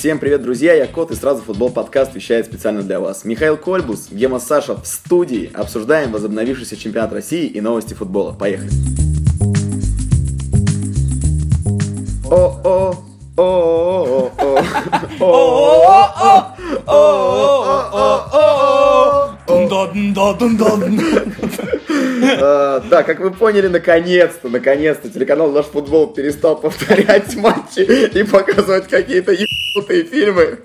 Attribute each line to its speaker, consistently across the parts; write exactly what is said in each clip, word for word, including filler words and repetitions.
Speaker 1: Всем привет, друзья, я Кот, и сразу футбол подкаст вещает специально для вас. Михаил Кольбус, Гема Саша в студии. Обсуждаем возобновившийся чемпионат России и новости футбола. Поехали. О-о, о-о, о-о, да, как вы поняли, наконец-то, наконец-то телеканал «Наш футбол» перестал повторять матчи и показывать какие-то ебанутые фильмы.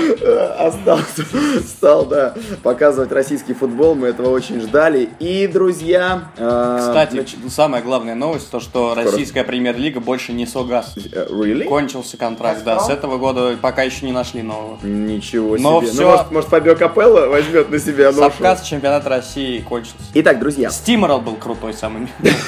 Speaker 1: Остался, стал, да, показывать российский футбол, мы этого очень ждали. И, друзья...
Speaker 2: Кстати, нач... самая главная новость, то, что российская премьер-лига больше не СОГАЗ.
Speaker 1: Really?
Speaker 2: Кончился контракт, да, с этого года пока еще не нашли нового.
Speaker 1: Ничего себе.
Speaker 2: Но
Speaker 1: ну,
Speaker 2: все...
Speaker 1: может, может, Фабио Капелло возьмет на себя ношу.
Speaker 2: Совказ чемпионат России кончился.
Speaker 1: Итак, друзья.
Speaker 2: Стимерл был крутой самый.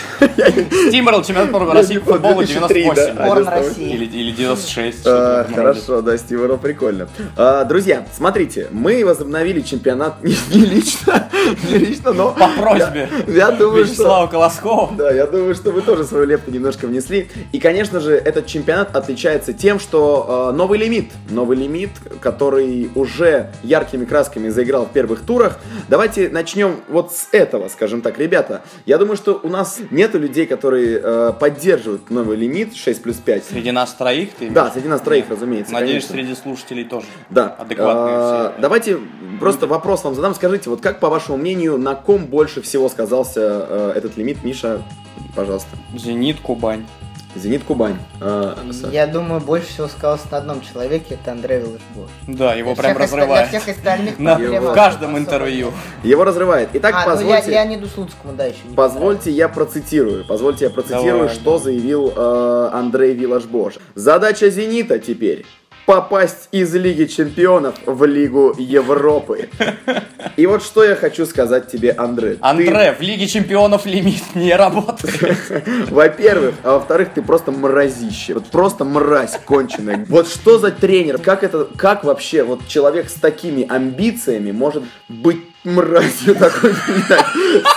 Speaker 2: Стимерл чемпионат России по футболу девяносто восемь.
Speaker 3: Порно России.
Speaker 2: Или девяносто шесть.
Speaker 1: Хорошо, да, Стимерл прикольно. Друзья, смотрите, мы возобновили чемпионат не лично, не лично, но...
Speaker 2: По просьбе Вячеслава Колоскова.
Speaker 1: Да, я думаю, что вы тоже свою лепту немножко внесли. И, конечно же, этот чемпионат отличается тем, что новый лимит. Новый лимит, который уже яркими красками заиграл в первых турах. Давайте начнем вот с этого, скажем так, ребята. Я думаю, что у нас нету людей, которые э, поддерживают новый лимит шесть плюс пять.
Speaker 2: Среди нас троих ты имеешь?
Speaker 1: Да, среди нас троих, разумеется.
Speaker 2: Надеюсь,
Speaker 1: конечно.
Speaker 2: среди слушателей тоже.
Speaker 1: Да.
Speaker 2: Адекватные
Speaker 1: а,
Speaker 2: все.
Speaker 1: Давайте просто вопрос вам задам. Скажите, вот как, по вашему мнению, на ком больше всего сказался э, этот лимит? Миша, пожалуйста.
Speaker 2: Зенит, Кубань.
Speaker 1: Зенит, Кубань. А,
Speaker 3: Я думаю, больше всего сказалось на одном человеке, это Андрей Виллаш-Бош.
Speaker 2: Да, его
Speaker 3: для
Speaker 2: прям разрывает.
Speaker 3: Для всех остальных
Speaker 2: на, в каждом интервью.
Speaker 1: Его разрывает. Итак,
Speaker 3: а,
Speaker 1: позвольте...
Speaker 3: Ну, я, Леониду Слуцкому, да, еще не
Speaker 1: Позвольте, я процитирую. Позвольте, я процитирую,
Speaker 2: Давай,
Speaker 1: что
Speaker 2: да.
Speaker 1: заявил э, Андрей Виллаш-Бош. Задача «Зенита» теперь попасть из Лиги Чемпионов в Лигу Европы. И вот что я хочу сказать тебе, Андре.
Speaker 2: Андре, ты... в Лиге Чемпионов лимит не работает.
Speaker 1: Во-первых, а во-вторых, ты просто мразище. Вот просто мразь конченая. Вот что за тренер? Как это, как вообще вот человек с такими амбициями может быть мразью такой, блядь?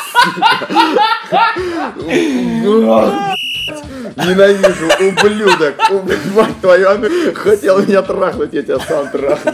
Speaker 1: Ненавижу, ублюдок, мать твою, хотел меня трахнуть, я тебя сам трахну.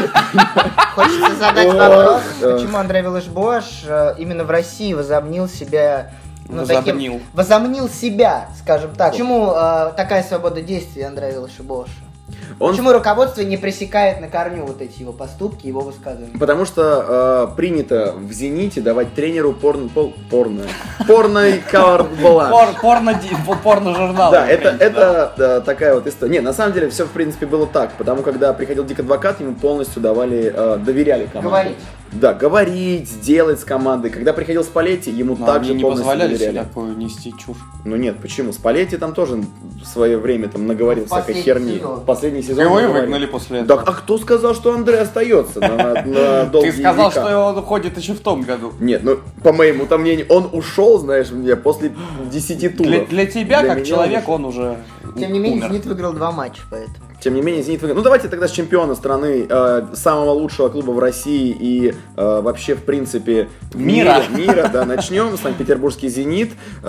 Speaker 3: Хочется задать вопрос, почему Андрей Виллаш-Бош именно в России возомнил себя... Ну,
Speaker 2: возомнил.
Speaker 3: Таким, возомнил себя, скажем так. Почему э, такая свобода действий Андрея Виллаш-Боша? Он... Почему руководство не пресекает на корню вот эти его поступки, его высказывания?
Speaker 1: Потому что э, принято в «Зените» давать тренеру порно... Пол, порно... Порной карт-бланш.
Speaker 2: Порно, порно-журнал.
Speaker 1: Да, это, это да, такая вот история. Не, на самом деле все в принципе было так, потому когда приходил Дик Адвокат, ему полностью давали, э, доверяли команде.
Speaker 3: Говорить.
Speaker 1: Да, говорить, делать с командой. Когда приходил Спалетти, ему
Speaker 2: Но
Speaker 1: также
Speaker 2: они не
Speaker 1: полностью
Speaker 2: позволяли
Speaker 1: доверяли.
Speaker 2: себе такую нести чушь.
Speaker 1: Ну нет, почему? Спалетти там тоже в свое время там наговорил всякой херни.
Speaker 3: Сезон.
Speaker 1: Последний сезон.
Speaker 2: Его и
Speaker 1: наговорил.
Speaker 2: выгнали после этого.
Speaker 1: Да, а кто сказал, что Андрей остается на, на, на долгие
Speaker 2: Ты сказал,
Speaker 1: века?
Speaker 2: что он уходит еще в том году.
Speaker 1: Нет, ну, по моему там мнению, он ушел, знаешь, мне после десяти туров.
Speaker 2: Для, для тебя,
Speaker 1: Для
Speaker 2: как
Speaker 1: меня
Speaker 2: человек,
Speaker 1: он
Speaker 2: он уже
Speaker 3: Тем не менее,
Speaker 2: умер.
Speaker 3: Зенит выиграл два матча, поэтому.
Speaker 1: Тем не менее, Зенит выиграл. Ну, давайте тогда с чемпиона страны, э, самого лучшего клуба в России и э, вообще, в принципе,
Speaker 2: Мира.
Speaker 1: Мира, мира да, начнем. Санкт-Петербургский «Зенит».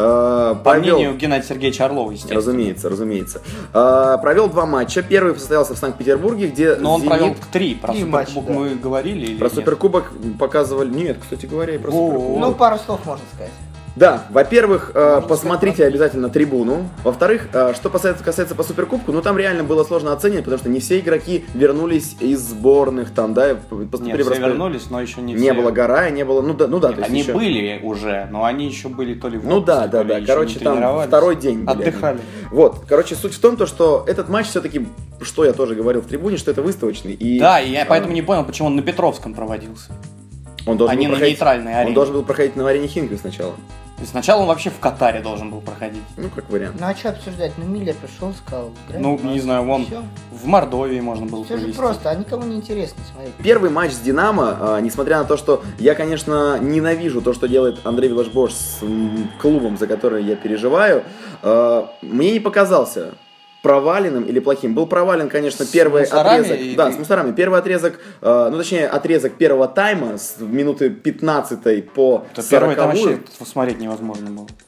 Speaker 1: Э,
Speaker 2: По
Speaker 1: провел...
Speaker 2: мнению Геннадия Сергеевича Орлова, естественно.
Speaker 1: Разумеется, разумеется. Э, провел два матча. Первый состоялся в Санкт-Петербурге, где
Speaker 2: Но он
Speaker 1: «Зенит».
Speaker 2: провел три. Про
Speaker 3: Три
Speaker 2: Суперкубок
Speaker 3: матча, да.
Speaker 2: мы говорили или
Speaker 1: Про
Speaker 2: нет?
Speaker 1: Суперкубок показывали. Нет, кстати говоря, и про
Speaker 2: О,
Speaker 1: Суперкубок.
Speaker 3: Ну, пару слов можно сказать.
Speaker 1: Да, во-первых, э,
Speaker 3: Можно
Speaker 1: посмотрите
Speaker 3: сказать,
Speaker 1: обязательно трибуну. Во-вторых, э, что касается, касается по Суперкубку, ну там реально было сложно оценивать, потому что не все игроки вернулись из сборных, там, да, поступили
Speaker 2: Нет,
Speaker 1: в
Speaker 2: все
Speaker 1: распоряд-
Speaker 2: вернулись, но еще не,
Speaker 1: Не
Speaker 2: все.
Speaker 1: было Гарая, не было, ну да, ну да,
Speaker 2: Нет,
Speaker 1: то есть
Speaker 2: они
Speaker 1: еще-
Speaker 2: были уже, но они еще были то ли в
Speaker 1: Ну да,
Speaker 2: отпуске,
Speaker 1: да,
Speaker 2: то ли
Speaker 1: да,
Speaker 2: еще
Speaker 1: короче,
Speaker 2: не
Speaker 1: там
Speaker 2: тренировались.
Speaker 1: второй день были.
Speaker 2: Отдыхали.
Speaker 1: Вот, короче, суть в том, то, что этот матч все-таки, что я тоже говорил в трибуне, что это выставочный. И,
Speaker 2: Да, и я
Speaker 1: а,
Speaker 2: поэтому не понял, почему он на Петровском проводился.
Speaker 1: он должен
Speaker 2: а не
Speaker 1: был
Speaker 2: на
Speaker 1: проходить-
Speaker 2: нейтральной арене.
Speaker 1: Он должен был проходить на арене Хинкли сначала.
Speaker 2: И сначала он вообще в Катаре должен был проходить.
Speaker 1: Ну, как вариант.
Speaker 3: Ну, а что обсуждать? Ну, Миля пришел, сказал.
Speaker 2: Ну, не знаю, вон
Speaker 3: Все.
Speaker 2: в Мордовии можно было
Speaker 3: Все же
Speaker 2: провести.
Speaker 3: просто, а никому не интересно смотреть.
Speaker 1: Первый матч с «Динамо», а, несмотря на то, что я, конечно, ненавижу то, что делает Андрей Виллаш-Бош с м, клубом, за который я переживаю, а, мне не показался проваленным или плохим. Был провален, конечно,
Speaker 2: С
Speaker 1: первый
Speaker 2: мусорами
Speaker 1: отрезок.
Speaker 2: и-
Speaker 1: Да, с мусорами. Первый отрезок, э, ну точнее, отрезок первого тайма с минуты пятнадцатой по
Speaker 2: Это первый там
Speaker 1: сороковую.
Speaker 2: вообще смотреть невозможно было.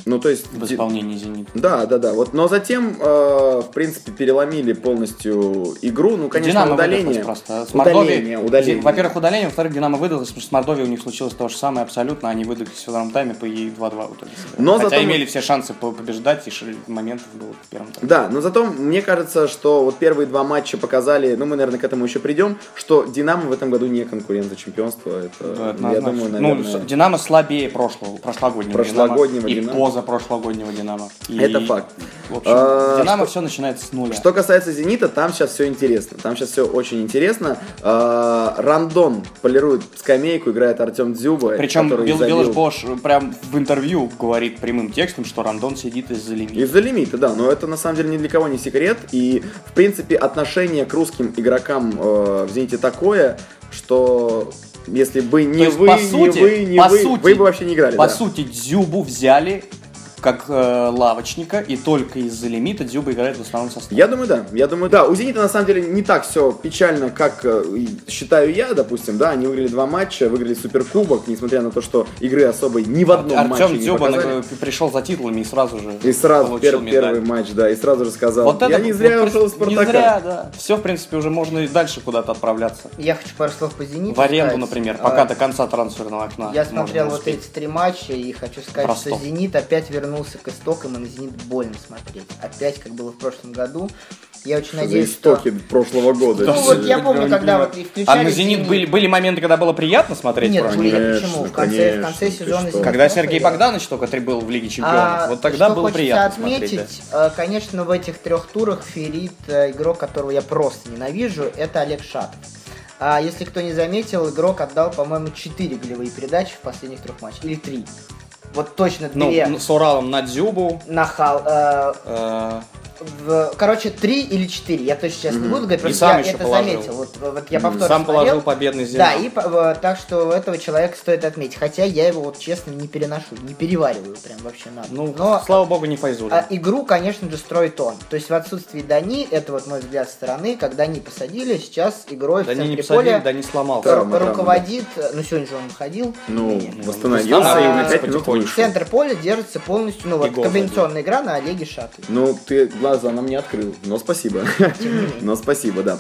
Speaker 1: Ну, то есть...
Speaker 2: В исполнении «Зенита».
Speaker 1: Да, да, да. Вот, но затем, э, в принципе, переломили полностью игру. Ну, конечно,
Speaker 2: Динамо
Speaker 1: удаление.
Speaker 2: Просто. С
Speaker 1: удаление, удаление.
Speaker 2: Во-первых, удаление, во-вторых, Динамо выдалось, потому что с Мордовией у них случилось то же самое абсолютно. Они выдались в втором тайме по два-два в итоге.
Speaker 1: Но
Speaker 2: Хотя
Speaker 1: зато
Speaker 2: имели
Speaker 1: мы...
Speaker 2: все шансы побеждать, и моментов было в первом тайме.
Speaker 1: Да, но зато мне кажется, что вот первые два матча показали, ну, мы, наверное, к этому еще придем, что Динамо в этом году не конкурент за чемпионство. Это,
Speaker 2: да, это
Speaker 1: я думаю, наверное...
Speaker 2: Ну, Динамо слабее прошлого, прошлогоднего,
Speaker 1: прошлогоднего
Speaker 2: Динамо,
Speaker 1: Динамо.
Speaker 2: И позапрошлогоднего Динамо. И,
Speaker 1: это факт.
Speaker 2: В общем, а, Динамо что, все начинается с нуля.
Speaker 1: Что касается Зенита, там сейчас все интересно. Там сейчас все очень интересно. А, Рандон полирует скамейку, играет Артем Дзюба.
Speaker 2: Причем Виллаж Бош прям в интервью говорит прямым текстом, что Рандон сидит из-за лимита.
Speaker 1: Из-за лимита, да. Но это на самом деле ни для кого не секрет. И, в принципе, отношение к русским игрокам э, в Зените такое, что... Если бы не
Speaker 2: есть,
Speaker 1: вы,
Speaker 2: по
Speaker 1: не
Speaker 2: сути,
Speaker 1: вы, не
Speaker 2: по
Speaker 1: вы,
Speaker 2: сути,
Speaker 1: вы бы вообще не играли.
Speaker 2: По
Speaker 1: да.
Speaker 2: сути, Дзюбу взяли как э, лавочника, и только из-за лимита Дзюба играет в основном составе.
Speaker 1: Я думаю, да. Я думаю, да. У Зенита на самом деле не так все печально, как э, считаю я, допустим, да. Они выиграли два матча, выиграли суперкубок, несмотря на то, что игры особой ни в одном
Speaker 2: Артем
Speaker 1: матче не
Speaker 2: Дзюба
Speaker 1: показали.
Speaker 2: пришел за титулами и сразу же
Speaker 1: И сразу пер, первый
Speaker 2: медаль.
Speaker 1: матч, да, и сразу же сказал,
Speaker 2: вот
Speaker 1: я
Speaker 2: это,
Speaker 1: не зря
Speaker 2: вот,
Speaker 1: ушел из Спартака.
Speaker 2: Не зря, да. Все, в принципе, уже можно и дальше куда-то отправляться.
Speaker 3: Я хочу пару слов по «Зениту»
Speaker 2: в аренду,
Speaker 3: сказать.
Speaker 2: например, пока
Speaker 3: а,
Speaker 2: до конца трансферного окна.
Speaker 3: Я смотрел вот эти три матча и хочу сказать,
Speaker 2: Просто.
Speaker 3: что «Зенит» опять вернулся к истокам, и на «Зенит» больно смотреть. Опять, как было в прошлом году. Я очень
Speaker 1: что
Speaker 3: надеюсь,
Speaker 1: за истоки
Speaker 3: что...
Speaker 1: прошлого года.
Speaker 3: Ну вот я помню, когда вот и включали...
Speaker 2: А на «Зенит» были, были моменты, когда было приятно смотреть?
Speaker 3: Нет,
Speaker 2: просто?
Speaker 3: были,
Speaker 1: Конечно,
Speaker 3: почему? В конце, в конце
Speaker 1: конечно,
Speaker 3: сезона...
Speaker 1: ты что?
Speaker 3: «Зенит»
Speaker 2: Когда
Speaker 3: плохо
Speaker 2: Сергей
Speaker 3: играл.
Speaker 2: Богданович только три был в Лиге Чемпионов,
Speaker 3: А,
Speaker 2: вот тогда
Speaker 3: что
Speaker 2: было приятно
Speaker 3: отметить,
Speaker 2: смотреть. Да.
Speaker 3: Конечно, в этих трех турах фаворит, игрок, которого я просто ненавижу, это Олег Шатов. А если кто не заметил, игрок отдал, по-моему, четыре голевые передачи в последних трех матчах. Или три. Вот точно две.
Speaker 2: Ну, с Уралом на Дзюбу.
Speaker 3: На Хал. Э,
Speaker 2: Э,
Speaker 3: в, короче, три или четыре. Я точно сейчас mm-hmm. не буду говорить, просто
Speaker 2: сам
Speaker 3: я
Speaker 2: еще
Speaker 3: это
Speaker 2: положил.
Speaker 3: заметил. Вот, вот я повторно
Speaker 2: Сам
Speaker 3: смотрел.
Speaker 2: положил победный зенит.
Speaker 3: Да, и в, так что этого человека стоит отметить. Хотя я его, вот честно, не переношу, не перевариваю прям вообще надо.
Speaker 2: Ну,
Speaker 3: Но,
Speaker 2: слава богу, не Файзулин.
Speaker 3: А игру, конечно же, строит он. То есть в отсутствии Дани, это вот мой взгляд со стороны, когда они посадили, сейчас игрой
Speaker 2: Дани
Speaker 3: в центре
Speaker 2: не посадили,
Speaker 3: поля
Speaker 2: Дани сломал.
Speaker 3: ру- руководит, ну сегодня же он выходил.
Speaker 1: Ну,
Speaker 3: Не-не.
Speaker 1: восстановился
Speaker 3: А,
Speaker 1: и на пять минут
Speaker 2: потихоньку.
Speaker 1: вышел.
Speaker 3: Центр поля держится полностью, ну вот
Speaker 2: И гол
Speaker 3: комбинационная игра на Олеге Шатове.
Speaker 1: Ну, ты глаза нам не открыл, но спасибо. Но спасибо, да.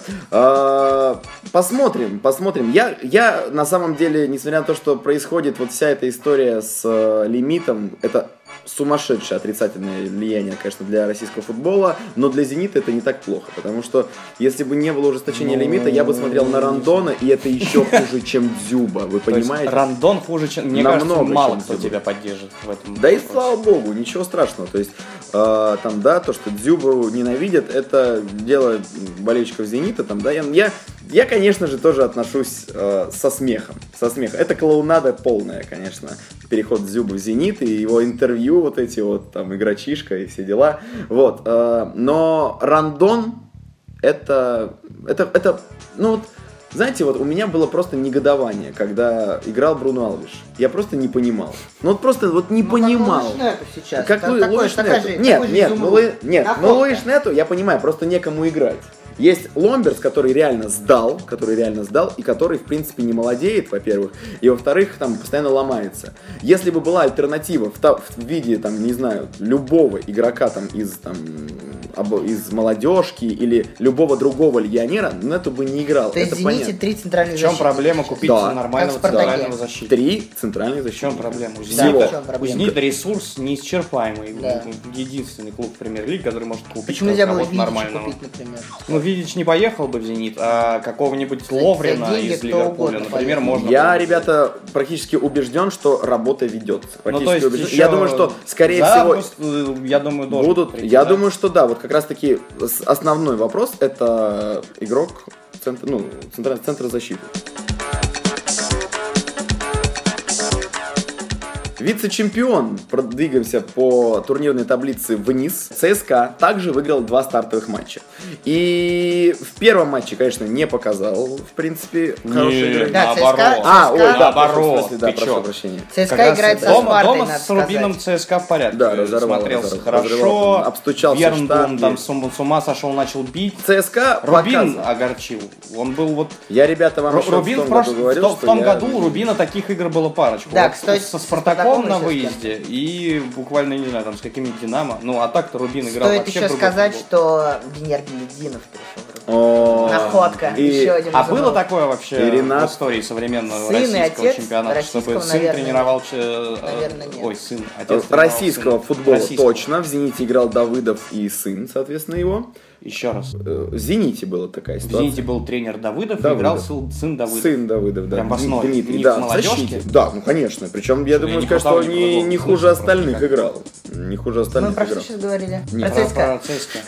Speaker 1: А, посмотрим, посмотрим. Я, я на самом деле, несмотря на то, что происходит вот вся эта история с э, лимитом, это сумасшедшее отрицательное влияние, конечно, для российского футбола, но для «Зенита» это не так плохо, потому что если бы не было ужесточения
Speaker 2: Ну,
Speaker 1: лимита, я бы смотрел на Рандона, и это еще хуже, чем Дзюба, вы
Speaker 2: То есть
Speaker 1: понимаете?
Speaker 2: Рандон хуже, чем... Мне
Speaker 1: Намного,
Speaker 2: кажется, мало
Speaker 1: чем
Speaker 2: кто
Speaker 1: Дзюба.
Speaker 2: тебя поддержит в этом.
Speaker 1: Да и
Speaker 2: вопросе.
Speaker 1: слава богу, ничего страшного. То есть, э, там, да, то, что Дзюбу ненавидят, это дело болельщиков «Зенита», там, да, я, я, я конечно же, тоже отношусь э, со смехом, со смехом. Это клоунада полная, конечно, переход Дзюбы в «Зенит» и его интервью, вот эти вот, там, игрочишка и все дела, вот, э, но Рандон, это, это, это, ну, вот, знаете, вот у меня было просто негодование, когда играл Бруно Алвеш. Я просто не понимал. Ну вот просто вот не
Speaker 3: Ну,
Speaker 1: понимал.
Speaker 3: Как Нету сейчас.
Speaker 1: Как
Speaker 3: Та-
Speaker 1: Луи-
Speaker 3: такой-
Speaker 1: Луиш
Speaker 3: такая
Speaker 1: Нету.
Speaker 3: же-
Speaker 1: Нет,
Speaker 3: такой же
Speaker 1: нет, ну,
Speaker 3: изумруд.
Speaker 1: Луи- нет, ну
Speaker 3: Находка.
Speaker 1: Луиш Нету, я понимаю, просто некому играть. Есть Ломберс, который реально сдал, который реально сдал, и который, в принципе, не молодеет, во-первых, и, во-вторых, там, постоянно ломается. Если бы была альтернатива в, та- в виде, там, не знаю, любого игрока, там, из, там, обо- из молодежки или любого другого легионера, Нету бы не играл.
Speaker 3: То есть
Speaker 1: Это
Speaker 3: в «Зените»
Speaker 1: понятно.
Speaker 3: три центральных
Speaker 2: В чем
Speaker 3: защитника
Speaker 2: проблема
Speaker 3: сейчас.
Speaker 2: купить
Speaker 1: Да.
Speaker 2: нормального
Speaker 3: Как в «Спартаке».
Speaker 2: центрального защитника?
Speaker 1: Три центральных
Speaker 2: В
Speaker 1: защитника.
Speaker 2: чем проблема? У
Speaker 3: Да,
Speaker 2: «Зенита»,
Speaker 3: в чем
Speaker 2: у
Speaker 3: проблема?
Speaker 2: «Зенита» ресурс неисчерпаемый.
Speaker 3: Да.
Speaker 2: Единственный клуб премьер-лиги, который может купить
Speaker 3: Почему нельзя было
Speaker 2: кого-то
Speaker 3: Видича
Speaker 2: нормального.
Speaker 3: купить, например?
Speaker 2: Ну, Видич не поехал бы в «Зенит», а какого-нибудь
Speaker 3: За-
Speaker 2: Ловрена
Speaker 3: за деньги
Speaker 2: из
Speaker 3: кто
Speaker 2: Ливерпуля,
Speaker 3: угодно
Speaker 2: например,
Speaker 3: поедет.
Speaker 2: можно
Speaker 1: Я,
Speaker 2: было бы
Speaker 1: ребята, практически убежден, что работа ведется.
Speaker 2: Ну,
Speaker 1: Практически
Speaker 2: то есть
Speaker 1: убежден.
Speaker 2: еще
Speaker 1: Я думаю, что, скорее
Speaker 2: за
Speaker 1: всего,
Speaker 2: август, э, я думаю, должен
Speaker 1: будут.
Speaker 2: прийти,
Speaker 1: Я
Speaker 2: да?
Speaker 1: думаю, что да. Вот как раз-таки с- основной вопрос — это игрок центр, ну, центра, центра защиты. Вице-чемпион. Продвигаемся по турнирной таблице вниз. ЦСКА также выиграл два стартовых матча. И в первом матче, конечно, не показал, в принципе, хорошей
Speaker 2: Не,
Speaker 1: игры.
Speaker 3: Да,
Speaker 2: наоборот.
Speaker 3: ЦСКА
Speaker 1: А, ой, да,
Speaker 2: Наоборот,
Speaker 1: прошу, в смысле, да,
Speaker 2: ты
Speaker 1: прошу
Speaker 2: чё?
Speaker 1: прощения.
Speaker 2: Как
Speaker 3: ЦСКА
Speaker 2: раз
Speaker 3: играет со
Speaker 2: дома,
Speaker 3: Спартой,
Speaker 2: дома
Speaker 3: надо
Speaker 2: с Рубином
Speaker 3: сказать.
Speaker 2: ЦСКА в порядке.
Speaker 1: Да, разорвал,
Speaker 2: Смотрелся
Speaker 1: разорвал,
Speaker 2: хорошо.
Speaker 1: разорвал. Обстучался
Speaker 2: Вернбум
Speaker 1: штанги.
Speaker 2: там с ума, с ума сошел, начал бить.
Speaker 1: ЦСКА
Speaker 2: Рубин
Speaker 1: показывал.
Speaker 2: огорчил. Он был вот...
Speaker 1: Я, ребята, вам
Speaker 2: Ру-
Speaker 1: еще
Speaker 2: Рубин
Speaker 1: в
Speaker 2: в,
Speaker 1: том
Speaker 2: прош-
Speaker 1: году говорил,
Speaker 2: в том, в
Speaker 1: что
Speaker 2: том
Speaker 1: я-
Speaker 2: году у Рубина таких игр было парочку.
Speaker 3: Да,
Speaker 2: Вот
Speaker 3: кстати,
Speaker 2: со Спартаком Попом на выезде и буквально, не знаю, там с какими-то Динамо. Ну, а так-то Рубин играл
Speaker 3: Стоит
Speaker 2: вообще
Speaker 3: еще
Speaker 2: другой
Speaker 3: сказать,
Speaker 2: футбол.
Speaker 3: что Денис Гелединов пришел в Рубин.
Speaker 1: О,
Speaker 3: Находка.
Speaker 1: и-
Speaker 3: Еще один
Speaker 2: А
Speaker 3: из
Speaker 2: было
Speaker 3: новых.
Speaker 2: такое вообще
Speaker 1: И Ренат.
Speaker 2: в истории современного
Speaker 3: Сын и
Speaker 2: российского
Speaker 3: отец
Speaker 2: чемпионата, чтобы
Speaker 3: российского,
Speaker 2: сын
Speaker 3: наверное,
Speaker 2: тренировал... э,
Speaker 3: Наверное, нет.
Speaker 2: Ой, сын, отец тренировал
Speaker 1: Российского
Speaker 2: сына.
Speaker 1: футбола
Speaker 2: Российского.
Speaker 1: точно. В «Зените» играл Давыдов и сын, соответственно, его.
Speaker 2: Еще раз.
Speaker 1: Э, В «Зените» была такая
Speaker 2: В
Speaker 1: ситуация.
Speaker 2: «Зените» был тренер Давыдов, и
Speaker 1: Давыдов.
Speaker 2: играл сын, сын Давыдов.
Speaker 1: Сын Давыдов, да.
Speaker 2: Прям в основе.
Speaker 1: Дмитрий,
Speaker 2: Не
Speaker 1: да,
Speaker 2: в молодежке?
Speaker 1: защите. Да, ну конечно. Причем, я
Speaker 2: Что,
Speaker 1: думаю,
Speaker 2: я не
Speaker 1: сказать, что
Speaker 2: хватал, не
Speaker 1: не,
Speaker 2: хватал.
Speaker 1: не
Speaker 2: В
Speaker 1: хуже
Speaker 2: смысле,
Speaker 1: остальных
Speaker 2: просто
Speaker 1: играл. Не хуже
Speaker 3: Мы
Speaker 1: остальных
Speaker 3: про что
Speaker 1: играл.
Speaker 3: сейчас говорили?
Speaker 1: Не,
Speaker 3: Про
Speaker 2: Про,
Speaker 3: ЦСКА.
Speaker 2: про ЦСКА.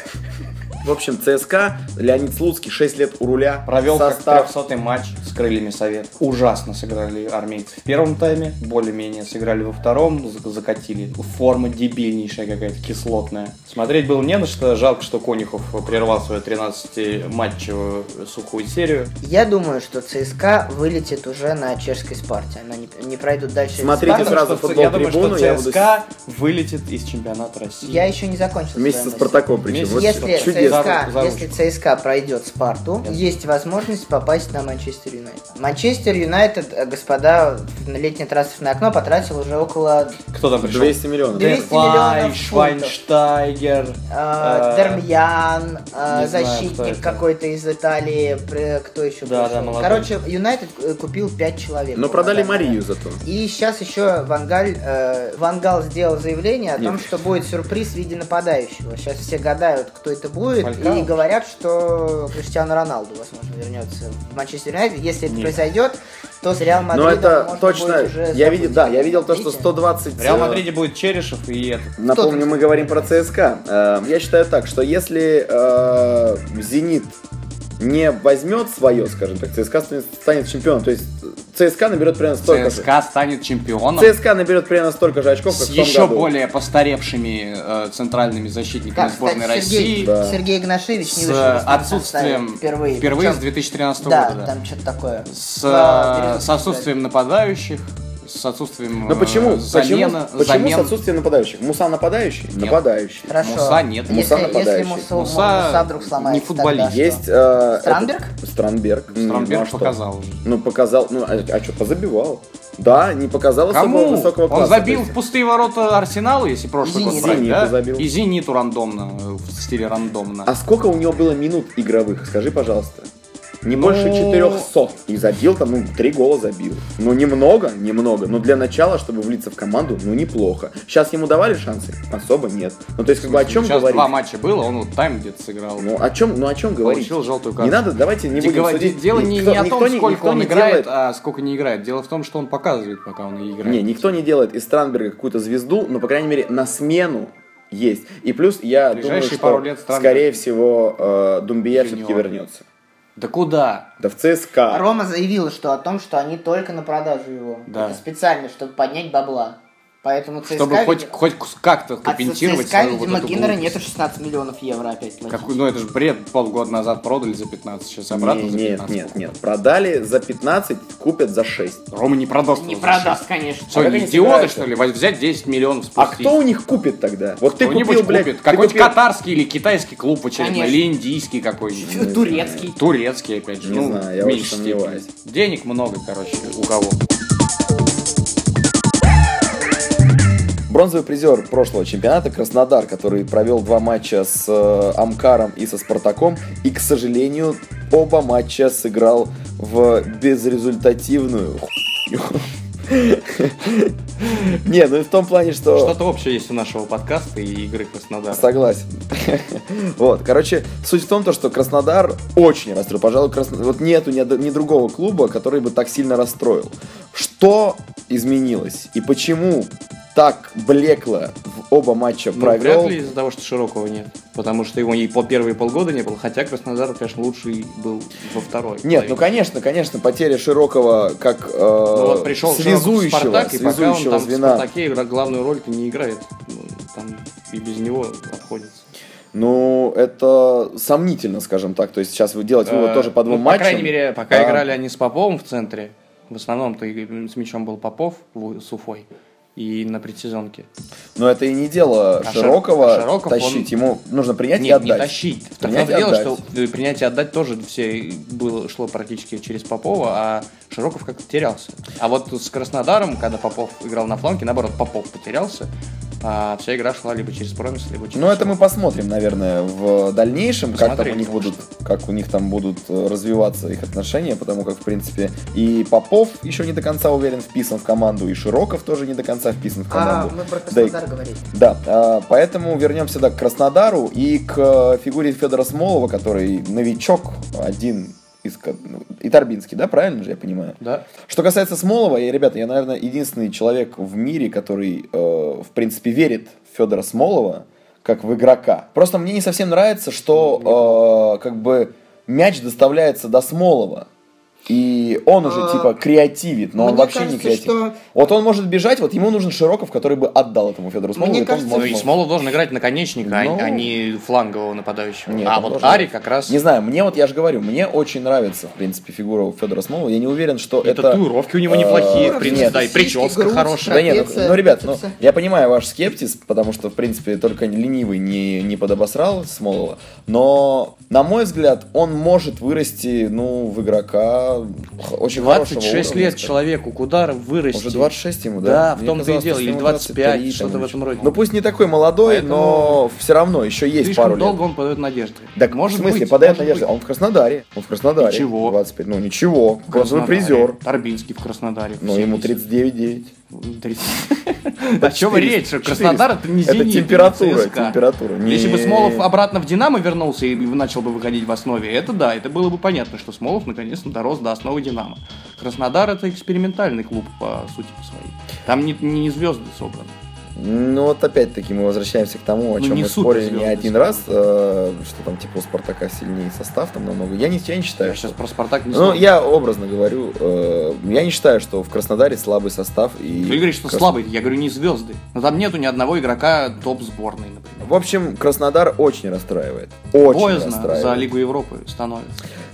Speaker 1: В общем, ЦСКА, Леонид Слуцкий, шесть лет у руля.
Speaker 2: Провел как
Speaker 1: состав.
Speaker 2: трехсотый матч с крыльями Совет. Ужасно сыграли армейцы в первом тайме, более-менее сыграли во втором, за- закатили. Форма дебильнейшая какая-то, кислотная. Смотреть было не на что, жалко, что Конюхов прервал свою тринадцатиматчевую сухую серию.
Speaker 3: Я думаю, что ЦСКА вылетит уже на чешской Спарте. Она не, не пройдут дальше.
Speaker 1: Смотрите
Speaker 3: Спарту.
Speaker 1: сразу
Speaker 2: что,
Speaker 1: футбол
Speaker 2: я думаю,
Speaker 1: трибуну,
Speaker 2: что
Speaker 1: я буду-
Speaker 2: ЦСКА вылетит из чемпионата России.
Speaker 3: Я еще не закончил.
Speaker 1: Вместе
Speaker 3: свою
Speaker 1: со
Speaker 3: мысль.
Speaker 1: Спартаком, причем.
Speaker 2: Вместе
Speaker 1: Вот
Speaker 2: с-
Speaker 3: Если
Speaker 1: чудесно.
Speaker 3: ЦСКА,
Speaker 2: За- за
Speaker 3: если ЦСКА пройдет Спарту, есть возможность попасть на Манчестер Юнайтед. Манчестер Юнайтед, э, господа, на летнее трансферное окно потратил уже около
Speaker 2: Кто там пришел?
Speaker 1: двести миллионов.
Speaker 3: двести
Speaker 2: Дефай,
Speaker 3: миллионов фунтов.
Speaker 2: Швайнштайгер.
Speaker 3: э,
Speaker 2: Э,
Speaker 3: Дермьян, э,
Speaker 2: не знаю, кто
Speaker 3: защитник
Speaker 2: это.
Speaker 3: какой-то из Италии, при- кто еще
Speaker 2: Да,
Speaker 3: пришел?
Speaker 2: да, молодой.
Speaker 3: Короче, Юнайтед э, купил пять человек.
Speaker 1: Но продали
Speaker 3: Наверное.
Speaker 1: Марию зато.
Speaker 3: И сейчас еще Вангаль, э, Вангал сделал заявление о
Speaker 1: Нет.
Speaker 3: том, что будет сюрприз в виде нападающего. Сейчас все гадают, кто это будет,
Speaker 2: Фалькао?
Speaker 3: и говорят, что Криштиану Роналду, возможно, вернется в Манчестер Юнайтед. Если это
Speaker 2: Нет.
Speaker 3: произойдет, то с Реал
Speaker 1: Но
Speaker 3: Мадридом
Speaker 1: это
Speaker 3: можно
Speaker 1: точно,
Speaker 3: будет уже
Speaker 1: я видел,
Speaker 3: забыть.
Speaker 1: да, я видел то, что
Speaker 3: Видите?
Speaker 1: сто двадцать...
Speaker 2: В Реал
Speaker 1: э,
Speaker 2: Мадриде будет Черешев и этот.
Speaker 1: Напомню,
Speaker 3: там?
Speaker 1: мы говорим про ЦСКА. Э, Я считаю так, что если э, «Зенит» не возьмет свое, скажем так, ЦСКА станет, станет чемпионом. То есть ЦСКА наберет примерно столько
Speaker 2: ЦСКА станет чемпионом
Speaker 1: же. ЦСКА наберет примерно столько же очков, как
Speaker 2: с
Speaker 1: в том
Speaker 2: еще
Speaker 1: году.
Speaker 2: более постаревшими э, центральными защитниками
Speaker 3: Как,
Speaker 2: сборной
Speaker 3: кстати, Сергей,
Speaker 2: России.
Speaker 1: Да.
Speaker 3: Сергей Игнашевич не
Speaker 2: С
Speaker 3: вышел в
Speaker 2: э,
Speaker 3: основном
Speaker 2: отсутствием
Speaker 3: составе впервые.
Speaker 2: впервые с
Speaker 3: Причем-
Speaker 2: две тысячи тринадцатого
Speaker 3: Да,
Speaker 2: года. Да.
Speaker 3: там что-то такое.
Speaker 2: С,
Speaker 3: Да,
Speaker 2: э, с отсутствием нападающих, с отсутствием
Speaker 1: Но почему?
Speaker 2: э, замена,
Speaker 1: почему, почему
Speaker 2: замен.
Speaker 1: с отсутствием нападающих? Муса нападающий?
Speaker 2: Нет.
Speaker 1: Нападающий.
Speaker 3: Хорошо.
Speaker 2: Муса нет.
Speaker 3: Если,
Speaker 1: Муса
Speaker 3: если
Speaker 1: нападающий.
Speaker 3: Муса,
Speaker 2: Муса
Speaker 3: Муса вдруг
Speaker 2: не
Speaker 3: сломается,
Speaker 2: футболист.
Speaker 3: тогда что?
Speaker 1: Есть... э,
Speaker 3: Странберг?
Speaker 1: этот- Странберг. М, ну, а
Speaker 2: Стромберг
Speaker 1: что?
Speaker 2: показал уже.
Speaker 1: Ну, показал. Ну, а, а что, позабивал? Да, не показал особо
Speaker 2: Кому?
Speaker 1: высокого класса.
Speaker 2: Он забил
Speaker 1: то
Speaker 2: в
Speaker 1: есть.
Speaker 2: пустые ворота Арсеналу, если прошлый
Speaker 3: И
Speaker 2: год
Speaker 3: Зениту.
Speaker 2: брать,
Speaker 1: Зениту
Speaker 2: да?
Speaker 1: забил.
Speaker 2: И Зениту рандомно, э, в стиле рандомно.
Speaker 1: А сколько у него было минут игровых? Скажи, пожалуйста. Не
Speaker 2: Ну-
Speaker 1: больше четырехсот. И забил там, ну, три гола забил. Ну, немного, немного. Но для начала, чтобы влиться в команду, ну, неплохо. Сейчас ему давали шансы? Особо нет. Ну, то есть, как бы о чем
Speaker 2: Сейчас
Speaker 1: говорить?
Speaker 2: два матча было, он вот тайм где-то сыграл.
Speaker 1: Ну, о чем, ну, о чем говорить?
Speaker 2: Получил желтую
Speaker 1: Не
Speaker 2: карту.
Speaker 1: надо, давайте не будем
Speaker 2: Дело-
Speaker 1: судить.
Speaker 2: Дело не,
Speaker 1: Никто-
Speaker 2: не о
Speaker 1: никто
Speaker 2: том,
Speaker 1: не-
Speaker 2: сколько
Speaker 1: никто
Speaker 2: он
Speaker 1: не
Speaker 2: играет,
Speaker 1: делает-
Speaker 2: а сколько не играет. Дело в том, что он показывает, пока он и играет.
Speaker 1: Не, никто не делает из Странберга какую-то звезду, но, по крайней мере, на смену есть. И плюс, я думаю,
Speaker 2: Ближайшие
Speaker 1: что,
Speaker 2: пару лет Странберг
Speaker 1: скорее всего, э, Думбия
Speaker 2: Юниор.
Speaker 1: все-таки вернется.
Speaker 2: Да куда?
Speaker 1: Да в ЦСКА.
Speaker 3: Рома заявила, что о том, что они только на продажу его.
Speaker 2: Да.
Speaker 3: Это специально, чтобы поднять бабла. Поэтому ЦСКА...
Speaker 2: Чтобы хоть,
Speaker 3: видимо-
Speaker 2: хоть как-то
Speaker 3: От
Speaker 2: компенсировать
Speaker 3: ЦСКА,
Speaker 2: свою вот
Speaker 3: видимо,
Speaker 2: эту
Speaker 3: Гиннера
Speaker 2: глупость.
Speaker 3: нету шестнадцать миллионов евро опять платить.
Speaker 2: Какой- ну это же бред, полгода назад продали за пятнадцать, сейчас обратно
Speaker 1: Не-
Speaker 2: за
Speaker 1: нет,
Speaker 2: пятнадцать.
Speaker 1: нет, нет. Продали за пятнадцать, купят за шесть.
Speaker 2: Рома не продаст.
Speaker 3: Не
Speaker 2: его за шесть.
Speaker 3: продаст, конечно.
Speaker 2: Что,
Speaker 1: А как
Speaker 2: они
Speaker 1: они
Speaker 2: идиоты,
Speaker 1: собираются?
Speaker 2: что ли? Возь- Взять десять миллионов
Speaker 1: А
Speaker 2: спустить.
Speaker 1: кто у них купит тогда? Вот ты
Speaker 2: Кто-нибудь
Speaker 1: купил, блядь,
Speaker 2: купит.
Speaker 1: ты
Speaker 2: Какой-нибудь
Speaker 1: купил-
Speaker 2: катарский или китайский клуб очередной,
Speaker 3: Конечно.
Speaker 2: или индийский какой-нибудь.
Speaker 3: Турецкий.
Speaker 2: Турецкий, опять же.
Speaker 1: Не
Speaker 2: ну,
Speaker 1: знаю, я
Speaker 2: в меньшей
Speaker 1: очень
Speaker 2: степени.
Speaker 1: сомневаюсь.
Speaker 2: Денег много, короче, у кого.
Speaker 1: Бронзовый призер прошлого чемпионата Краснодар, который провел два матча с э, Амкаром и со Спартаком, и, к сожалению, оба матча сыграл в безрезультативную хуйню. Не, ну и в том плане, что...
Speaker 2: Что-то общее есть у нашего подкаста и игры Краснодар.
Speaker 1: Согласен. Вот, короче, суть в том, то, что Краснодар очень расстроил. Пожалуй, Красно... вот нету ни, од- ни другого клуба, который бы так сильно расстроил. Что изменилось и почему так блекло в оба матча
Speaker 2: Ну,
Speaker 1: провел?
Speaker 2: вряд ли из-за того, что Широкого нет. Потому что его и по первые полгода не было. Хотя Краснодар, конечно, лучший был во второй.
Speaker 1: Нет,
Speaker 2: половине.
Speaker 1: ну конечно, конечно, потеря Широкого как э,
Speaker 2: Ну, вот пришел Широков в
Speaker 1: связующего,
Speaker 2: Спартак, и пока он
Speaker 1: связующего
Speaker 2: там в
Speaker 1: звена.
Speaker 2: Спартаке игра- главную роль-то не играет. Ну, там и без него обходится.
Speaker 1: Ну, это сомнительно, скажем так. То есть сейчас вы делать вывод
Speaker 2: Э,
Speaker 1: тоже по двум
Speaker 2: ну,
Speaker 1: матчам.
Speaker 2: По крайней мере, пока
Speaker 1: Да.
Speaker 2: играли они с Поповым в центре, в основном-то и с мячом был Попов в- с Уфой. и на предсезонке.
Speaker 1: Но это и не дело
Speaker 2: А
Speaker 1: Широкого
Speaker 2: Шир- а Широков,
Speaker 1: тащить.
Speaker 2: он-
Speaker 1: Ему нужно принять и
Speaker 2: Нет, не
Speaker 1: отдать.
Speaker 2: тащить. Так
Speaker 1: Принять
Speaker 2: в
Speaker 1: и
Speaker 2: том-то дело,
Speaker 1: отдать.
Speaker 2: что принять и отдать тоже все было, шло практически через Попова, а Широков как-то терялся. А вот с Краснодаром, когда Попов играл на фланге, наоборот, Попов потерялся, а вся игра шла либо через Промис, либо через...
Speaker 1: Ну, это мы посмотрим, наверное, в дальнейшем, как там у
Speaker 2: Посмотреть
Speaker 1: них
Speaker 2: можно.
Speaker 1: будут, как у них там будут э, развиваться их отношения, потому как, в принципе, и Попов еще не до конца уверен, вписан в команду, и Широков тоже не до конца вписан в
Speaker 3: А,
Speaker 1: команду.
Speaker 3: мы про
Speaker 1: Да и-
Speaker 3: Краснодар говорили.
Speaker 1: Да, а, поэтому вернемся да, к Краснодару и к э, фигуре Федора Смолова, который новичок, один из... ко- ну, и Торбинский, да, правильно же я понимаю?
Speaker 2: Да.
Speaker 1: Что касается Смолова, я, ребята, я, наверное, единственный человек в мире, который, э, в принципе, верит в Федора Смолова как в игрока. Просто мне не совсем нравится, что э, как бы мяч доставляется до Смолова. И он уже,
Speaker 3: А,
Speaker 1: типа, креативит, но он
Speaker 3: мне
Speaker 1: вообще не
Speaker 3: кажется,
Speaker 1: креативит.
Speaker 3: что-
Speaker 1: Вот он может бежать, вот ему нужен Широков, который бы отдал этому Федору Смолову.
Speaker 3: Мне
Speaker 1: и он
Speaker 3: кажется,
Speaker 1: может-
Speaker 2: Ну и Смолов должен играть наконечника, а-
Speaker 1: Ну.
Speaker 2: а не флангового нападающего.
Speaker 1: Нет,
Speaker 2: а
Speaker 1: он
Speaker 2: вот
Speaker 1: должен
Speaker 2: Ари
Speaker 1: играть.
Speaker 2: как раз...
Speaker 1: Не знаю, мне вот, я же говорю, мне очень нравится, в принципе, фигура Федора Смолова. Я не уверен, что
Speaker 2: И
Speaker 1: это...
Speaker 2: татуировки у него неплохие,
Speaker 1: э,
Speaker 2: в принципе,
Speaker 1: нет.
Speaker 2: да, и прическа
Speaker 3: грудь,
Speaker 2: хорошая.
Speaker 1: Да нет, ну,
Speaker 3: Трапеция,
Speaker 1: ну, ребят, ну,
Speaker 3: бицепсы.
Speaker 1: я понимаю ваш скептиз, потому что, в принципе, только ленивый не, не подобосрал Смолова, но, на мой взгляд, он может вырасти, ну, в игрока х- очень хорошего
Speaker 2: двадцать шесть
Speaker 1: уровня,
Speaker 2: лет
Speaker 1: скажем.
Speaker 2: человеку, куда вырасти?
Speaker 1: Уже двадцать шесть ему,
Speaker 2: Да,
Speaker 1: да?
Speaker 2: в
Speaker 1: Мне
Speaker 2: том-то и
Speaker 1: казалось,
Speaker 2: дело,
Speaker 1: что
Speaker 2: или
Speaker 1: ему
Speaker 2: двадцать пять,
Speaker 1: двадцать три,
Speaker 2: что-то
Speaker 1: там,
Speaker 2: в этом роде.
Speaker 1: Ну, пусть не такой молодой,
Speaker 2: Поэтому
Speaker 1: но все равно еще есть
Speaker 2: Слишком
Speaker 1: пару лет.
Speaker 2: долго он подает надежды.
Speaker 1: Так,
Speaker 2: может
Speaker 1: в смысле,
Speaker 2: быть,
Speaker 1: подает
Speaker 2: может
Speaker 1: надежды.
Speaker 2: быть.
Speaker 1: Он в Краснодаре. Он в Краснодаре.
Speaker 2: Ничего.
Speaker 1: двадцать пять. Ну, ничего.
Speaker 2: В
Speaker 1: Бронзовый
Speaker 2: Краснодаре.
Speaker 1: призер.
Speaker 2: Торбинский в Краснодаре.
Speaker 1: Ну,
Speaker 2: в
Speaker 1: ему
Speaker 2: семьдесят.
Speaker 1: тридцать девять девять.
Speaker 2: тридцать. О чем речь? Что Краснодар это не
Speaker 1: Это
Speaker 2: Зенит,
Speaker 1: температура,
Speaker 2: не ЦСКА.
Speaker 1: температура. Не-
Speaker 2: Если бы Смолов обратно в Динамо вернулся и начал бы выходить в основе, это да, это было бы понятно, что Смолов наконец-то дорос до основы Динамо. Краснодар это экспериментальный клуб по сути по своей. Там не, не звезды собраны.
Speaker 1: Ну, вот опять-таки мы возвращаемся к тому, о
Speaker 2: Ну,
Speaker 1: чем
Speaker 2: не
Speaker 1: мы спорили не
Speaker 2: суперзвезды,
Speaker 1: один
Speaker 2: скажем.
Speaker 1: раз, э, что там, типа, у Спартака сильнее состав там намного. Я не, я не считаю,
Speaker 2: Я
Speaker 1: что...
Speaker 2: сейчас про Спартак не
Speaker 1: Ну,
Speaker 2: слышу.
Speaker 1: я образно говорю, э, я не считаю, что в Краснодаре слабый состав. И
Speaker 2: Ты говоришь, что
Speaker 1: Крас-
Speaker 2: слабый, я говорю, не звезды. Но там нету ни одного игрока топ-сборной, например.
Speaker 1: В общем, Краснодар очень расстраивает. Очень
Speaker 2: Боязно
Speaker 1: расстраивает.
Speaker 2: за Лигу Европы становится.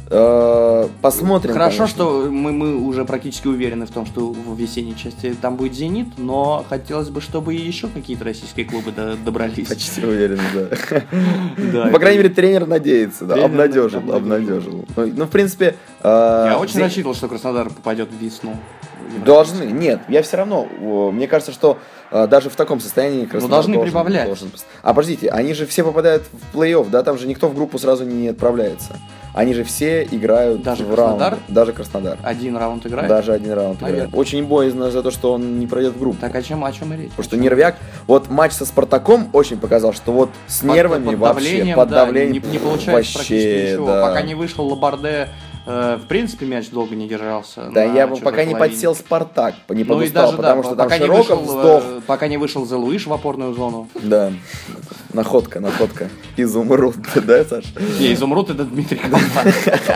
Speaker 1: Э, посмотрим.
Speaker 2: Хорошо,
Speaker 1: конечно.
Speaker 2: что мы, мы уже практически уверены в том, что в весенней части там будет «Зенит», но хотелось бы, чтобы и еще какие-то российские клубы до- добрались.
Speaker 1: Почти уверен, да.
Speaker 2: Да,
Speaker 1: Ну, по крайней мере, тренер надеется, да,
Speaker 2: Тренер
Speaker 1: обнадежил,
Speaker 2: обнадежил.
Speaker 1: обнадежил. Ну, ну, в принципе... э,
Speaker 2: Я очень
Speaker 1: Зе-
Speaker 2: рассчитывал, что Краснодар попадет в весну.
Speaker 1: Должны, нет, я все равно, о, мне кажется, что э, даже в таком состоянии Краснодар
Speaker 2: должны
Speaker 1: должен-
Speaker 2: прибавлять.
Speaker 1: должен пос- А, подождите, они же все попадают в плей-офф, да, там же никто в группу сразу не отправляется. Они же все играют
Speaker 2: Даже
Speaker 1: в
Speaker 2: Краснодар?
Speaker 1: раунд. Даже Краснодар.
Speaker 2: Один раунд играет.
Speaker 1: Даже один раунд играет.
Speaker 2: Наверное.
Speaker 1: Очень боязно за то, что он не пройдет в группу.
Speaker 2: Так о чем, о чем и речь?
Speaker 1: Потому что нервяк. Вот матч со Спартаком очень показал, что вот с
Speaker 2: Под-
Speaker 1: нервами
Speaker 2: под
Speaker 1: вообще,
Speaker 2: давлением,
Speaker 1: под
Speaker 2: да,
Speaker 1: давлением
Speaker 2: не, не получается
Speaker 1: вообще,
Speaker 2: практически ничего.
Speaker 1: да.
Speaker 2: Пока не вышел Лабарде, э, в принципе, мяч долго не держался.
Speaker 1: Да,
Speaker 2: на
Speaker 1: я бы
Speaker 2: чужой
Speaker 1: пока не
Speaker 2: половине.
Speaker 1: подсел Спартак, не
Speaker 2: Ну и
Speaker 1: подустал,
Speaker 2: даже,
Speaker 1: потому
Speaker 2: да,
Speaker 1: что там
Speaker 2: пока не
Speaker 1: Широков
Speaker 2: вышел,
Speaker 1: сдох.
Speaker 2: э, пока не вышел Зелуиш в опорную зону.
Speaker 1: Да, находка, находка. Изумруд, да, Саш?
Speaker 2: Не, изумруд это Дмитрий Колпак.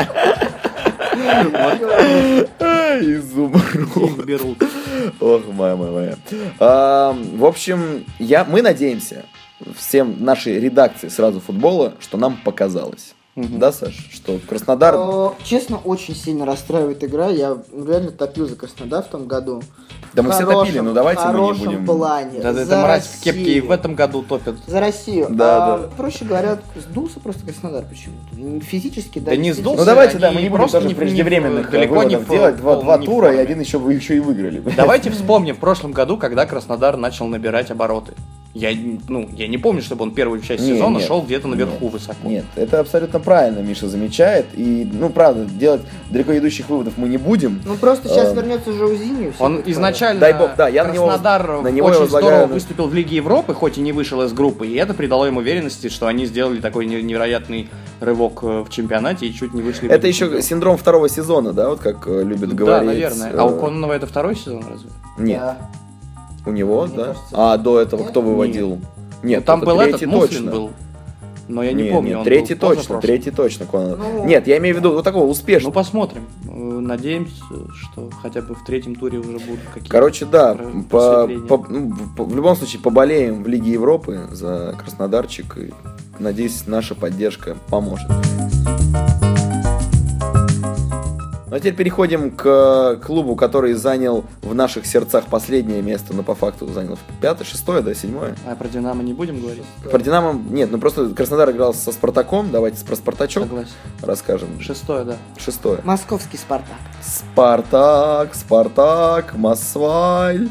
Speaker 1: Ай, Изумруд.
Speaker 2: Их берут.
Speaker 1: Ох, мама моя. А, в общем, я, мы надеемся, всем нашей редакции сразу футбола, что нам показалось.
Speaker 2: Мгм.
Speaker 1: Да, Саш? Что Краснодар...
Speaker 3: Э, Честно, очень сильно расстраивает игра. Я реально топил за Краснодар в том году.
Speaker 1: Да мы
Speaker 3: В
Speaker 1: все
Speaker 3: хорошем-
Speaker 1: топили, ну давайте
Speaker 3: в
Speaker 1: мы не
Speaker 3: хорошем
Speaker 1: будем...
Speaker 3: плане.
Speaker 2: Да,
Speaker 3: За
Speaker 2: это мразь в кепке и
Speaker 3: Россию.
Speaker 2: в этом году топят.
Speaker 3: За Россию.
Speaker 1: Да,
Speaker 3: А,
Speaker 1: да.
Speaker 3: Проще говоря, сдулся просто Краснодар почему-то. Физически, да.
Speaker 2: Да не
Speaker 3: физически.
Speaker 2: сдулся.
Speaker 1: Ну давайте, да,
Speaker 2: Они
Speaker 1: мы не будем
Speaker 2: просто
Speaker 1: даже
Speaker 2: не в-
Speaker 1: преждевременных
Speaker 2: не в- далеко не
Speaker 1: выводов
Speaker 2: в-
Speaker 1: делать. Два,
Speaker 2: пол-
Speaker 1: два
Speaker 2: не в
Speaker 1: тура, и
Speaker 2: форме.
Speaker 1: один еще, вы еще и выиграли.
Speaker 2: Давайте вспомним в прошлом году, когда Краснодар начал набирать обороты. Я, ну, я не помню, чтобы он первую часть
Speaker 1: Не,
Speaker 2: сезона
Speaker 1: нет,
Speaker 2: шел где-то наверху
Speaker 1: нет,
Speaker 2: высоко.
Speaker 1: Нет, это абсолютно правильно Миша замечает. И, ну, правда, делать далеко идущих выводов мы не будем.
Speaker 3: Ну просто сейчас
Speaker 1: Эм,
Speaker 3: вернется Жаузиньо. всё
Speaker 2: Он
Speaker 3: будет
Speaker 2: изначально,
Speaker 1: Дай бог, да, я на него-
Speaker 2: Краснодар
Speaker 1: на него я
Speaker 2: очень
Speaker 1: возлагаю,
Speaker 2: здорово
Speaker 1: ну-
Speaker 2: выступил в Лиге Европы, хоть и не вышел из группы, и это придало им уверенности, что они сделали такой не- невероятный рывок э, в чемпионате и чуть не вышли. в
Speaker 1: Это
Speaker 2: Лигу
Speaker 1: еще
Speaker 2: чемпионов.
Speaker 1: синдром второго сезона, да, вот как э, любят
Speaker 2: Да,
Speaker 1: говорить.
Speaker 2: наверное.
Speaker 1: э,
Speaker 2: А у Кононова это второй сезон разве?
Speaker 1: Нет,
Speaker 3: Да.
Speaker 1: у него,
Speaker 3: Мне
Speaker 1: да.
Speaker 3: кажется,
Speaker 1: А до этого
Speaker 3: нет.
Speaker 1: кто выводил? Нет,
Speaker 2: Ну, там
Speaker 1: это
Speaker 2: был
Speaker 1: третий
Speaker 2: этот Муслин
Speaker 1: точно.
Speaker 2: был. Но я не
Speaker 1: Нет,
Speaker 2: помню.
Speaker 1: нет,
Speaker 2: он
Speaker 1: третий
Speaker 2: был
Speaker 1: точно,
Speaker 2: позапрошлым.
Speaker 1: третий точно Кононов.
Speaker 3: Ну,
Speaker 1: Нет, я имею в виду вот такого
Speaker 2: Ну
Speaker 1: успешного.
Speaker 2: посмотрим. Э, Надеемся, что хотя бы в третьем туре уже будут какие-то.
Speaker 1: Короче, да,
Speaker 2: про-
Speaker 1: по-
Speaker 2: просветления.
Speaker 1: по- ну, по- в любом случае поболеем в Лиге Европы за Краснодарчик. И, надеюсь, наша поддержка поможет. Ну а теперь переходим к клубу, который занял в наших сердцах последнее место, но по факту занял пятое, шестое, да, седьмое.
Speaker 2: А про Динамо не будем говорить?
Speaker 1: Про Динамо нет, ну просто Краснодар играл со Спартаком, давайте про Спартачок
Speaker 2: Согласен.
Speaker 1: расскажем.
Speaker 2: Шестое, да.
Speaker 1: Шестое.
Speaker 3: Московский Спартак.
Speaker 1: Спартак, Спартак, Масвай,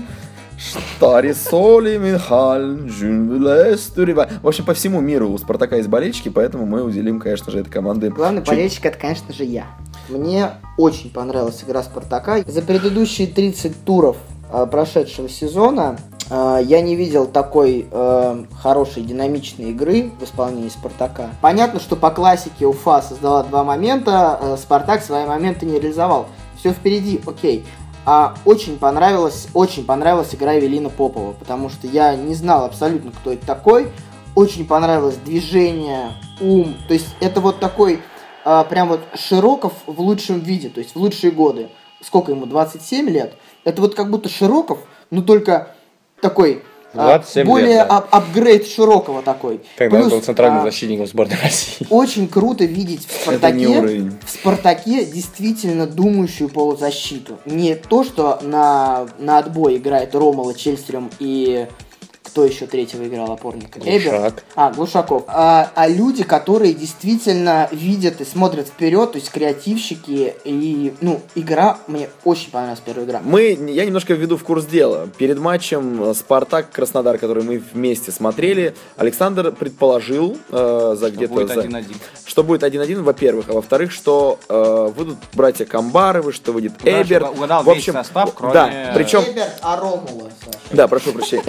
Speaker 1: Штари-Соли, Михаль, Джунбелестурева. В общем, по всему миру у Спартака есть болельщики, поэтому мы уделим, конечно же, этой команды.
Speaker 3: Главный
Speaker 1: чуть-
Speaker 3: болельщик это, конечно же, я. Мне очень понравилась игра Спартака. За предыдущие тридцать туров э, прошедшего сезона э, я не видел такой э, хорошей динамичной игры в исполнении Спартака. Понятно, что по классике Уфа создала два момента, э, Спартак свои моменты не реализовал. Все впереди, окей. А очень понравилась, очень понравилась игра Эвелина Попова, потому что я не знал абсолютно, кто это такой. Очень понравилось движение, ум. То есть это вот такой а, прям вот Широков в лучшем виде, то есть в лучшие годы. Сколько ему, двадцать семь лет? Это вот как будто Широков, но только такой а,
Speaker 2: двадцать семь
Speaker 3: более
Speaker 2: лет, да.
Speaker 3: ап- апгрейд Широкова такой.
Speaker 2: Тогда
Speaker 3: Плюс,
Speaker 2: он был центральным
Speaker 3: а,
Speaker 2: защитником сборной России.
Speaker 3: очень круто видеть в
Speaker 1: Это не
Speaker 3: Спартаке,
Speaker 1: уровень.
Speaker 3: в Спартаке действительно думающую полузащиту. Не то, что на, на отбой играет Ромала, Чельстрем и кто еще третьего играл опорника? Эбер?
Speaker 2: Глушак.
Speaker 3: А, Глушаков. А, а люди, которые действительно видят и смотрят вперед, то есть креативщики, и, ну, игра, мне очень понравилась первая игра.
Speaker 1: Мы, я немножко введу в курс дела. Перед матчем Спартак-Краснодар, который мы вместе смотрели, Александр предположил э, за где-то...
Speaker 2: Будет
Speaker 1: за-
Speaker 2: один-один.
Speaker 1: Что будет один-один, во-первых, а во-вторых, что э, выйдут братья Камбаровы, что выйдет Эберт.
Speaker 2: Угадал
Speaker 1: В
Speaker 2: весь
Speaker 1: общем,
Speaker 2: состав, кроме...
Speaker 1: да, причем-
Speaker 3: Эберт, а Ромула, Саша.
Speaker 1: Да, прошу прощения.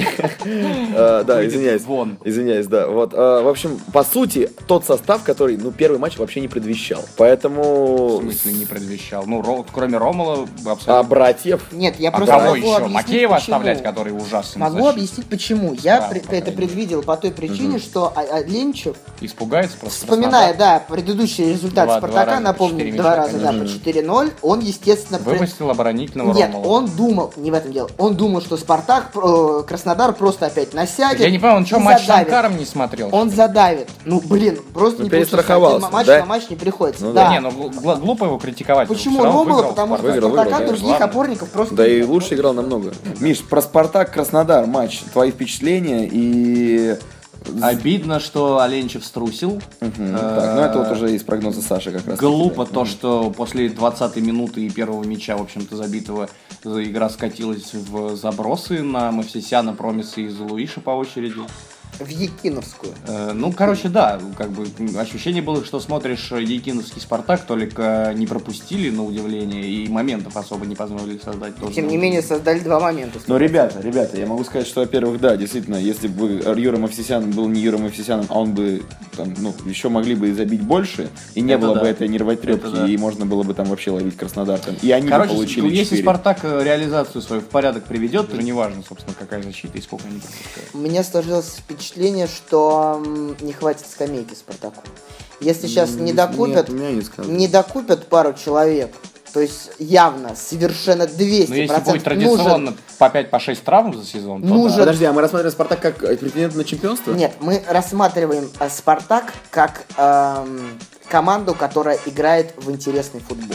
Speaker 1: Э, Да,
Speaker 2: Выйдет
Speaker 1: извиняюсь.
Speaker 2: вон.
Speaker 1: Извиняюсь, да. Вот, э, в общем, по сути, тот состав, который, ну, первый матч вообще не предвещал. Поэтому...
Speaker 2: В смысле не предвещал? Ну, Ро- кроме Ромала
Speaker 1: А
Speaker 2: абсолютно...
Speaker 1: братьев...
Speaker 3: Нет, я
Speaker 2: А
Speaker 3: просто
Speaker 2: кого
Speaker 3: могу
Speaker 2: еще?
Speaker 3: объяснить,
Speaker 2: Макеева
Speaker 3: почему.
Speaker 2: оставлять, который ужасный.
Speaker 3: Могу
Speaker 2: защитник?
Speaker 3: объяснить почему. Я
Speaker 2: Да,
Speaker 3: при-
Speaker 2: по
Speaker 3: это
Speaker 2: крайней
Speaker 3: предвидел по той причине, что А- А- Ленчев,
Speaker 2: Испугается просто.
Speaker 3: вспоминая,
Speaker 2: Краснодар.
Speaker 3: да, предыдущий результат
Speaker 2: Два- два
Speaker 3: Спартака,
Speaker 2: раза по
Speaker 3: напомню,
Speaker 2: четыре
Speaker 3: два
Speaker 2: мяча,
Speaker 3: раза, да,
Speaker 2: конечно.
Speaker 3: по четыре ноль, он, естественно... при-
Speaker 2: Выпустил оборонительного
Speaker 3: Нет,
Speaker 2: Ромала.
Speaker 3: он думал, не в этом дело, он думал, что Спартак, э, Краснодар просто опять насядет.
Speaker 2: Я не понял, он что,
Speaker 3: и
Speaker 2: матч с
Speaker 3: задавит.
Speaker 2: Анкаром не смотрел?
Speaker 3: Он задавит. Ну, блин, просто
Speaker 1: Ну,
Speaker 3: не получилось.
Speaker 1: перестраховался,
Speaker 3: Один матч
Speaker 1: да?
Speaker 3: на матч не приходится.
Speaker 1: Ну
Speaker 3: да.
Speaker 2: Да не, ну гл- глупо его критиковать.
Speaker 3: Почему
Speaker 2: Всё равно
Speaker 3: Ромула?
Speaker 2: выиграл
Speaker 3: Потому что у
Speaker 2: Спартак.
Speaker 1: Выиграл,
Speaker 3: Спартака
Speaker 1: выиграл,
Speaker 3: других
Speaker 2: Главное.
Speaker 3: опорников просто
Speaker 1: Да и
Speaker 3: нет.
Speaker 1: лучше играл намного. Миш, про Спартак-Краснодар матч. Твои впечатления и...
Speaker 2: Обидно, что Оленчев струсил.
Speaker 1: Мгм. Так, ну это вот уже из прогноза Саши как раз.
Speaker 2: Глупо то, что после двадцатой минуты и первого мяча, в общем-то, забитого, игра скатилась в забросы на Мавсисяна, Промиса и Зулуиша по очереди.
Speaker 3: В Якиновскую.
Speaker 2: Э, Ну, короче, да, как бы ощущение было, что смотришь Якиновский Спартак, только не пропустили, на удивление, и моментов особо не позволили создать тоже.
Speaker 3: Тем не менее, создали два момента.
Speaker 1: Но, ребята, ребята, я могу сказать, что, во-первых, да, действительно, если бы Юра Мавсисян был не Юра Мавсисяном, а он бы, там, ну, еще могли бы и забить больше, и не
Speaker 2: Это
Speaker 1: было
Speaker 2: да.
Speaker 1: бы этой нервотрепки,
Speaker 2: Это да.
Speaker 1: и можно было бы там вообще ловить Краснодар. Там. И они
Speaker 2: Короче,
Speaker 1: бы получили
Speaker 2: ну, если
Speaker 1: четыре.
Speaker 2: Спартак э, реализацию свою в порядок приведет, то неважно, собственно, какая защита и сколько они пропускают.
Speaker 3: У меня сложилось впечатление, что м, не хватит скамейки Спартаку. Если сейчас не докупят,
Speaker 1: Нет, у меня не сказано.
Speaker 3: не докупят пару человек, то есть явно совершенно двести
Speaker 2: Но
Speaker 3: процентов
Speaker 2: если будет традиционно
Speaker 3: нужен...
Speaker 2: по пять шесть травм за сезон, то
Speaker 3: Нужен-
Speaker 2: да.
Speaker 1: Подожди, а мы рассматриваем Спартак как э, претендент на чемпионство?
Speaker 3: Нет, мы рассматриваем э, Спартак как эм, команду, которая играет в интересный футбол.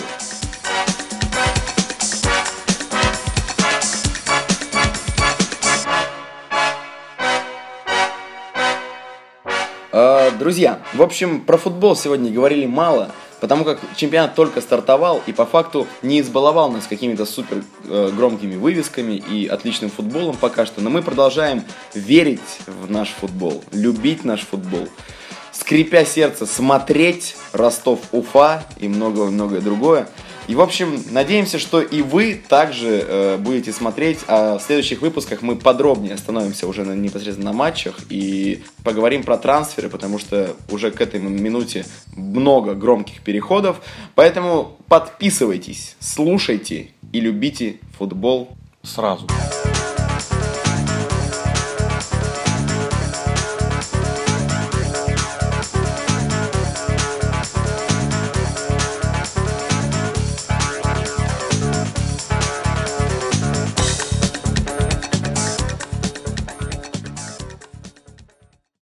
Speaker 1: Э, Друзья, в общем, про футбол сегодня говорили мало, потому как чемпионат только стартовал и по факту не избаловал нас какими-то супер э, громкими вывесками и отличным футболом пока что. Но мы продолжаем верить в наш футбол, любить наш футбол, скрипя сердце, смотреть Ростов-Уфа и многое-многое другое. И, в общем, надеемся, что и вы также э, будете смотреть, а в следующих выпусках мы подробнее остановимся уже на, непосредственно на матчах и поговорим про трансферы, потому что уже к этой минуте много громких переходов. Поэтому подписывайтесь, слушайте и любите футбол
Speaker 2: Сразу.